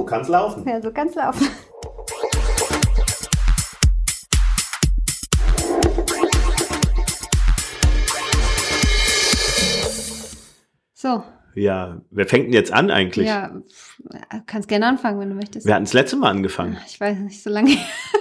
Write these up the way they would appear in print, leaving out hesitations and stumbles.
kann's laufen. Ja, so kann's laufen. So. Ja, wer fängt denn jetzt an eigentlich? Ja, kannst gerne anfangen, wenn du möchtest. Wir hatten das letzte Mal angefangen. Ich weiß nicht, so lange.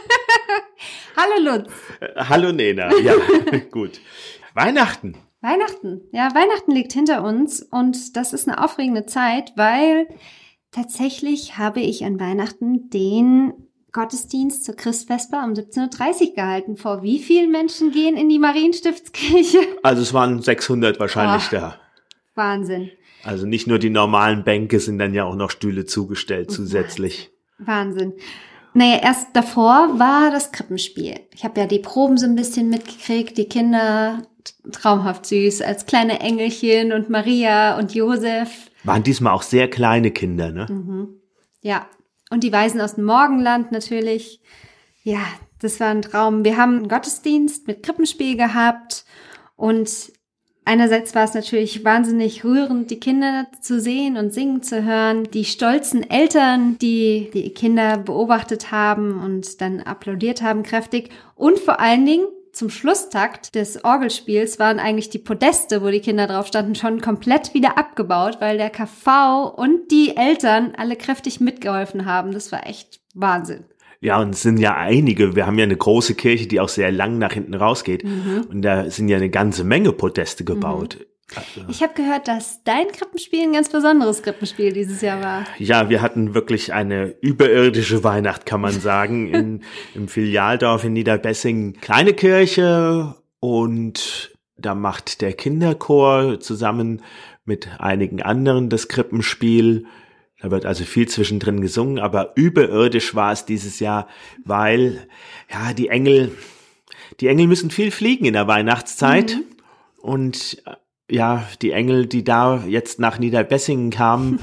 Hallo Lutz. Hallo Nena, ja, gut. Weihnachten. Ja, Weihnachten liegt hinter uns und das ist eine aufregende Zeit, weil tatsächlich habe ich an Weihnachten den Gottesdienst zur Christvesper um 17.30 Uhr gehalten. Vor wie vielen Menschen gehen in die Marienstiftskirche? Also es waren 600 wahrscheinlich da. Wahnsinn. Also nicht nur die normalen Bänke, sind dann ja auch noch Stühle zugestellt zusätzlich. Wahnsinn. Naja, erst davor war das Krippenspiel. Ich habe ja die Proben so ein bisschen mitgekriegt, die Kinder traumhaft süß, als kleine Engelchen und Maria und Josef. Waren diesmal auch sehr kleine Kinder, ne? Mhm. Ja, und die Weisen aus dem Morgenland natürlich. Ja, das war ein Traum. Wir haben einen Gottesdienst mit Krippenspiel gehabt und einerseits war es natürlich wahnsinnig rührend, die Kinder zu sehen und singen zu hören, die stolzen Eltern, die die Kinder beobachtet haben und dann applaudiert haben kräftig und vor allen Dingen zum Schlusstakt des Orgelspiels waren eigentlich die Podeste, wo die Kinder drauf standen, schon komplett wieder abgebaut, weil der KV und die Eltern alle kräftig mitgeholfen haben. Das war echt Wahnsinn. Ja, und es sind ja einige, wir haben ja eine große Kirche, die auch sehr lang nach hinten rausgeht. Und da sind ja eine ganze Menge Podeste gebaut. Also, ich habe gehört, dass dein Krippenspiel ein ganz besonderes Krippenspiel dieses Jahr war. Ja, wir hatten wirklich eine überirdische Weihnacht, kann man sagen, im Filialdorf in Niederbessingen. Kleine Kirche und da macht der Kinderchor zusammen mit einigen anderen das Krippenspiel. Da wird also viel zwischendrin gesungen, aber überirdisch war es dieses Jahr, weil ja die Engel müssen viel fliegen in der Weihnachtszeit und ja, die Engel, die da jetzt nach Niederbessingen kamen,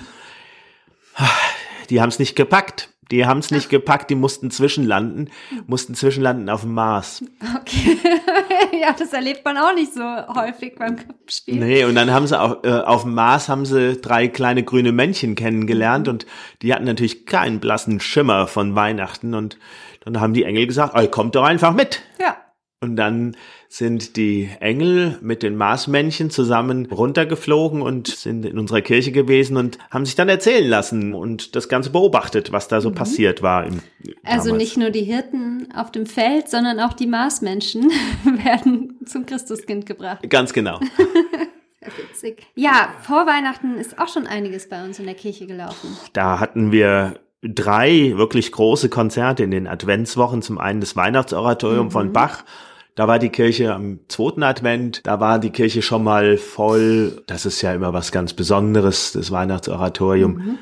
die haben es nicht gepackt. Die mussten zwischenlanden auf dem Mars. Okay, ja, das erlebt man auch nicht so häufig beim Krippenspiel. Nee, und dann haben sie auf dem Mars 3 kleine grüne Männchen kennengelernt und die hatten natürlich keinen blassen Schimmer von Weihnachten und dann haben die Engel gesagt, kommt doch einfach mit. Ja. Und dann sind die Engel mit den Marsmännchen zusammen runtergeflogen und sind in unserer Kirche gewesen und haben sich dann erzählen lassen und das Ganze beobachtet, was da so passiert war. Also nicht nur die Hirten auf dem Feld, sondern auch die Marsmenschen werden zum Christuskind gebracht. Ganz genau. Witzig. Ja, vor Weihnachten ist auch schon einiges bei uns in der Kirche gelaufen. Da hatten wir 3 wirklich große Konzerte in den Adventswochen. Zum einen das Weihnachtsoratorium von Bach. Da war die Kirche am 2. Advent, da war die Kirche schon mal voll. Das ist ja immer was ganz Besonderes, das Weihnachtsoratorium.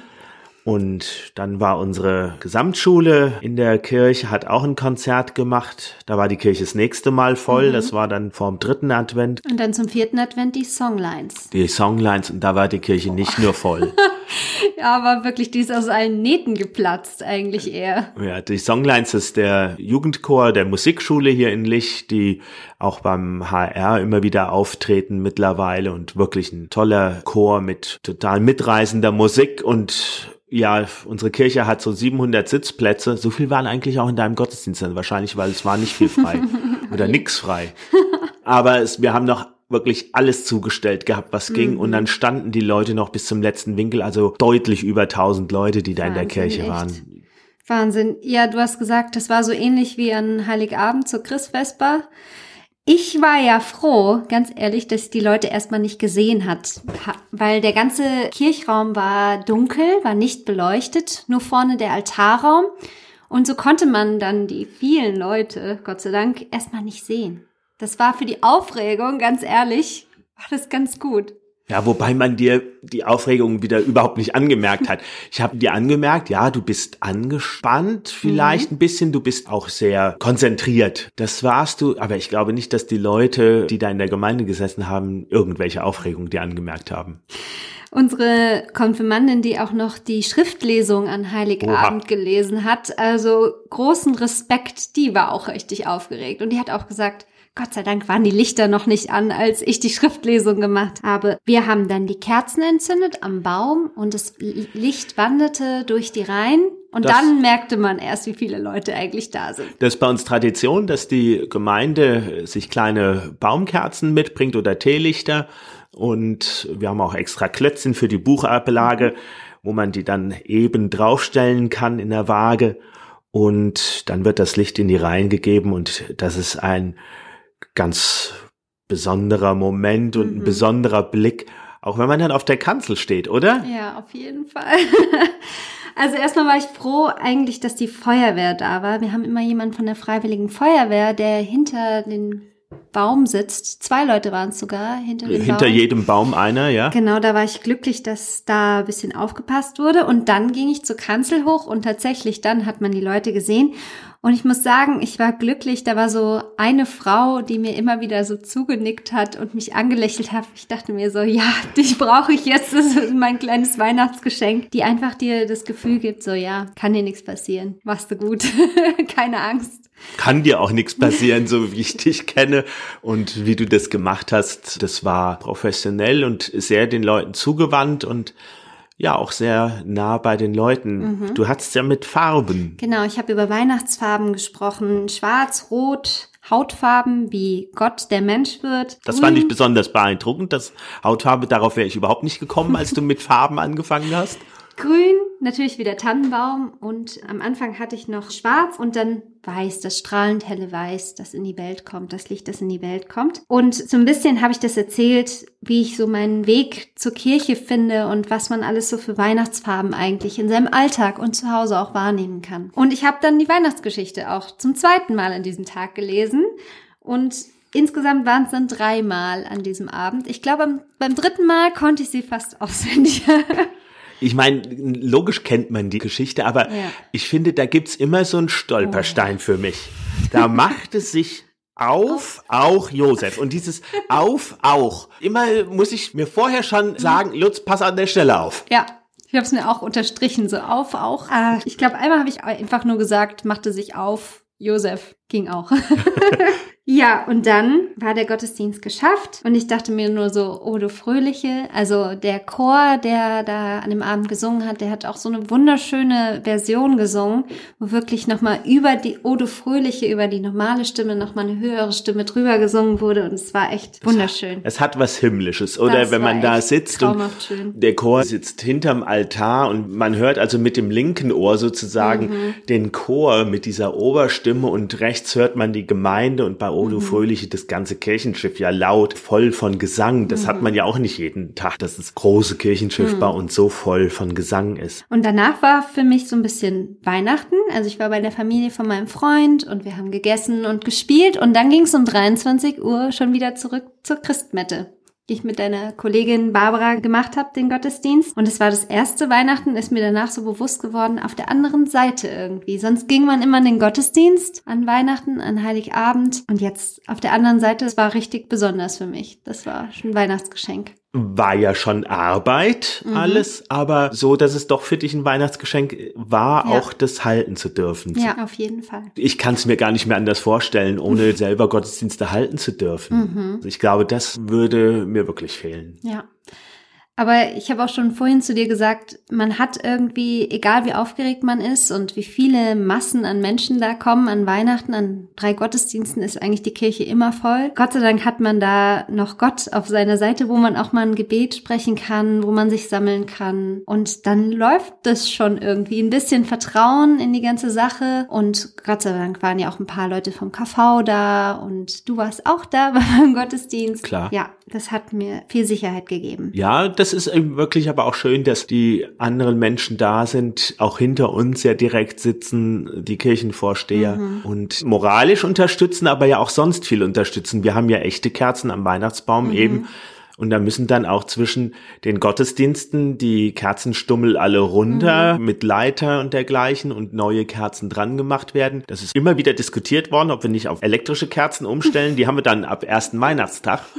Und dann war unsere Gesamtschule in der Kirche, hat auch ein Konzert gemacht. Da war die Kirche das nächste Mal voll. Das war dann vorm 3. Advent. Und dann zum 4. Advent die Songlines. Die Songlines, und da war die Kirche nicht nur voll. Ja, aber wirklich, die ist aus allen Nähten geplatzt eigentlich eher. Ja, die Songlines ist der Jugendchor der Musikschule hier in Lich, die auch beim HR immer wieder auftreten mittlerweile und wirklich ein toller Chor mit total mitreißender Musik und ja, unsere Kirche hat so 700 Sitzplätze. So viel waren eigentlich auch in deinem Gottesdienst dann wahrscheinlich, weil es war nicht viel frei oder nix frei. Aber wir haben noch wirklich alles zugestellt gehabt, was ging. Und dann standen die Leute noch bis zum letzten Winkel, also deutlich über 1000 Leute, die da in der Kirche waren. Wahnsinn. Ja, du hast gesagt, das war so ähnlich wie an Heiligabend zur Christvesper. Ich war ja froh, ganz ehrlich, dass ich die Leute erstmal nicht gesehen hat, weil der ganze Kirchraum war dunkel, war nicht beleuchtet, nur vorne der Altarraum. Und so konnte man dann die vielen Leute, Gott sei Dank, erstmal nicht sehen. Das war für die Aufregung, ganz ehrlich, war das ganz gut. Ja, wobei man dir die Aufregung wieder überhaupt nicht angemerkt hat. Ich habe dir angemerkt, ja, du bist angespannt vielleicht ein bisschen, du bist auch sehr konzentriert. Das warst du, aber ich glaube nicht, dass die Leute, die da in der Gemeinde gesessen haben, irgendwelche Aufregung dir angemerkt haben. Unsere Konfirmandin, die auch noch die Schriftlesung an Heiligabend gelesen hat, also großen Respekt, die war auch richtig aufgeregt. Und die hat auch gesagt, Gott sei Dank waren die Lichter noch nicht an, als ich die Schriftlesung gemacht habe. Wir haben dann die Kerzen entzündet am Baum und das Licht wanderte durch die Reihen. Und dann merkte man erst, wie viele Leute eigentlich da sind. Das ist bei uns Tradition, dass die Gemeinde sich kleine Baumkerzen mitbringt oder Teelichter. Und wir haben auch extra Klötzchen für die Buchablage, wo man die dann eben draufstellen kann in der Waage. Und dann wird das Licht in die Reihen gegeben und das ist ein ganz besonderer Moment und ein besonderer Blick, auch wenn man dann auf der Kanzel steht, oder? Ja, auf jeden Fall. Also erstmal war ich froh eigentlich, dass die Feuerwehr da war. Wir haben immer jemanden von der Freiwilligen Feuerwehr, der hinter den Baum sitzt. 2 Leute waren es sogar hinter dem Baum. Hinter jedem Baum einer, ja. Genau, da war ich glücklich, dass da ein bisschen aufgepasst wurde. Und dann ging ich zur Kanzel hoch und tatsächlich, dann hat man die Leute gesehen. Und ich muss sagen, ich war glücklich. Da war so eine Frau, die mir immer wieder so zugenickt hat und mich angelächelt hat. Ich dachte mir so, ja, dich brauche ich jetzt. Das ist mein kleines Weihnachtsgeschenk, die einfach dir das Gefühl gibt, so, ja, kann dir nichts passieren. Machst du gut. Keine Angst. Kann dir auch nichts passieren, so wie ich dich kenne. Und wie du das gemacht hast, das war professionell und sehr den Leuten zugewandt und ja, auch sehr nah bei den Leuten. Du hattest ja mit Farben. Genau, ich habe über Weihnachtsfarben gesprochen. Schwarz, Rot, Hautfarben, wie Gott der Mensch wird. Das Grün. fand ich besonders beeindruckend, das Hautfarbe, darauf wäre ich überhaupt nicht gekommen, als du mit Farben angefangen hast. Grün, natürlich wie der Tannenbaum und am Anfang hatte ich noch Schwarz und dann Weiß, das strahlend helle Weiß, das in die Welt kommt, das Licht, das in die Welt kommt. Und so ein bisschen habe ich das erzählt, wie ich so meinen Weg zur Kirche finde und was man alles so für Weihnachtsfarben eigentlich in seinem Alltag und zu Hause auch wahrnehmen kann. Und ich habe dann die Weihnachtsgeschichte auch zum 2. Mal an diesem Tag gelesen und insgesamt waren es dann 3 Mal an diesem Abend. Ich glaube, beim 3. Mal konnte ich sie fast auswendig. Ich meine, logisch kennt man die Geschichte, aber ich finde, da gibt's immer so einen Stolperstein für mich. Da macht es sich auf, auch Josef. Und dieses auf, auch. Immer muss ich mir vorher schon sagen, Lutz, pass an der Stelle auf. Ja, ich habe es mir auch unterstrichen, so auf, auch. Ich glaube, einmal habe ich einfach nur gesagt, machte sich auf, Josef, ging auch. Ja, und dann war der Gottesdienst geschafft und ich dachte mir nur so, oh du Fröhliche, also der Chor, der da an dem Abend gesungen hat, der hat auch so eine wunderschöne Version gesungen, wo wirklich nochmal über die O du Fröhliche, über die normale Stimme nochmal eine höhere Stimme drüber gesungen wurde und es war echt wunderschön. Es hat was Himmlisches, oder? Das wenn man da sitzt und schön. Der Chor sitzt hinterm Altar und man hört also mit dem linken Ohr sozusagen den Chor mit dieser Oberstimme und rechts hört man die Gemeinde und bei O du Fröhliche das ganze Kirchenschiff ja laut, voll von Gesang. Das hat man ja auch nicht jeden Tag, dass das große Kirchenschiff bei uns so voll von Gesang ist. Und danach war für mich so ein bisschen Weihnachten. Also ich war bei der Familie von meinem Freund und wir haben gegessen und gespielt und dann ging es um 23 Uhr schon wieder zurück zur Christmette, die ich mit deiner Kollegin Barbara gemacht habe, den Gottesdienst. Und es war das erste Weihnachten, ist mir danach so bewusst geworden, auf der anderen Seite irgendwie. Sonst ging man immer in den Gottesdienst an Weihnachten, an Heiligabend. Und jetzt auf der anderen Seite, das war richtig besonders für mich. Das war schon ein Weihnachtsgeschenk. War ja schon Arbeit alles, aber so, dass es doch für dich ein Weihnachtsgeschenk war, auch das halten zu dürfen. Ja, auf jeden Fall. Ich kann es mir gar nicht mehr anders vorstellen, ohne selber Gottesdienste halten zu dürfen. Ich glaube, das würde mir wirklich fehlen. Ja. Aber ich habe auch schon vorhin zu dir gesagt, man hat irgendwie, egal wie aufgeregt man ist und wie viele Massen an Menschen da kommen an Weihnachten, an 3 Gottesdiensten ist eigentlich die Kirche immer voll. Gott sei Dank hat man da noch Gott auf seiner Seite, wo man auch mal ein Gebet sprechen kann, wo man sich sammeln kann. Und dann läuft das schon irgendwie. Ein bisschen Vertrauen in die ganze Sache. Und Gott sei Dank waren ja auch ein paar Leute vom KV da und du warst auch da beim Gottesdienst. Klar. Ja, das hat mir viel Sicherheit gegeben. Ja, das ist wirklich aber auch schön, dass die anderen Menschen da sind, auch hinter uns ja direkt sitzen, die Kirchenvorsteher und moralisch unterstützen, aber ja auch sonst viel unterstützen. Wir haben ja echte Kerzen am Weihnachtsbaum eben. Und da müssen dann auch zwischen den Gottesdiensten die Kerzenstummel alle runter mit Leiter und dergleichen und neue Kerzen dran gemacht werden. Das ist immer wieder diskutiert worden, ob wir nicht auf elektrische Kerzen umstellen. Die haben wir dann ab ersten Weihnachtstag.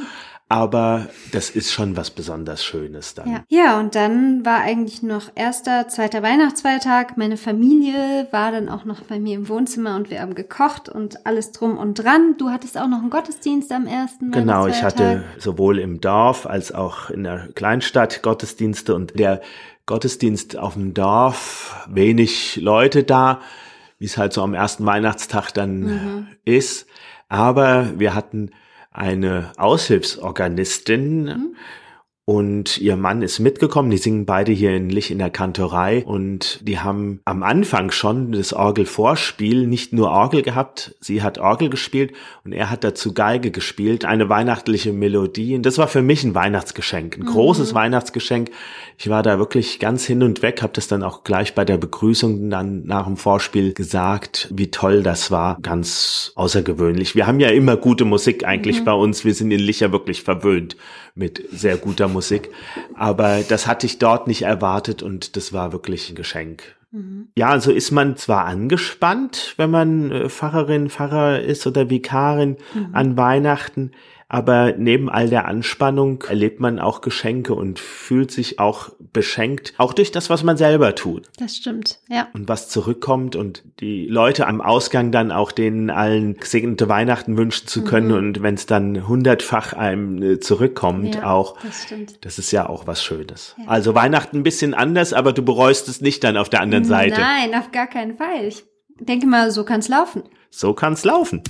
aber das ist schon was besonders Schönes dann. Ja, und dann war eigentlich noch erster, zweiter Weihnachtsfeiertag. Meine Familie war dann auch noch bei mir im Wohnzimmer und wir haben gekocht und alles drum und dran. Du hattest auch noch einen Gottesdienst am ersten Weihnachtsfeiertag. Genau, ich hatte sowohl im Dorf als auch in der Kleinstadt Gottesdienste und der Gottesdienst auf dem Dorf, wenig Leute da, wie es halt so am ersten Weihnachtstag dann ist. Aber wir hatten eine Aushilfsorganistin und ihr Mann ist mitgekommen. Die singen beide hier in Lich in der Kantorei und die haben am Anfang schon das Orgelvorspiel nicht nur Orgel gehabt. Sie hat Orgel gespielt und er hat dazu Geige gespielt, eine weihnachtliche Melodie. Und das war für mich ein Weihnachtsgeschenk, ein großes Weihnachtsgeschenk. Ich war da wirklich ganz hin und weg, habe das dann auch gleich bei der Begrüßung dann nach dem Vorspiel gesagt, wie toll das war. Ganz außergewöhnlich. Wir haben ja immer gute Musik eigentlich bei uns. Wir sind in Lich ja wirklich verwöhnt mit sehr guter Musik. Aber das hatte ich dort nicht erwartet und das war wirklich ein Geschenk. Ja, also ist man zwar angespannt, wenn man Pfarrerin, Pfarrer ist oder Vikarin an Weihnachten, aber neben all der Anspannung erlebt man auch Geschenke und fühlt sich auch beschenkt, auch durch das, was man selber tut. Das stimmt, ja. Und was zurückkommt und die Leute am Ausgang dann auch denen allen gesegnete Weihnachten wünschen zu können und wenn es dann 100-fach einem zurückkommt, ja, auch, das ist ja auch was Schönes. Ja. Also Weihnachten ein bisschen anders, aber du bereust es nicht dann auf der anderen Seite. Nein, auf gar keinen Fall. Ich denke mal, so kann's laufen. So kann's laufen.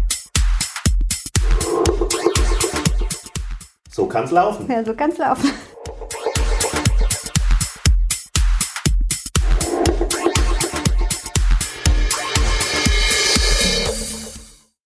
So kann's laufen. Ja, so kann's laufen.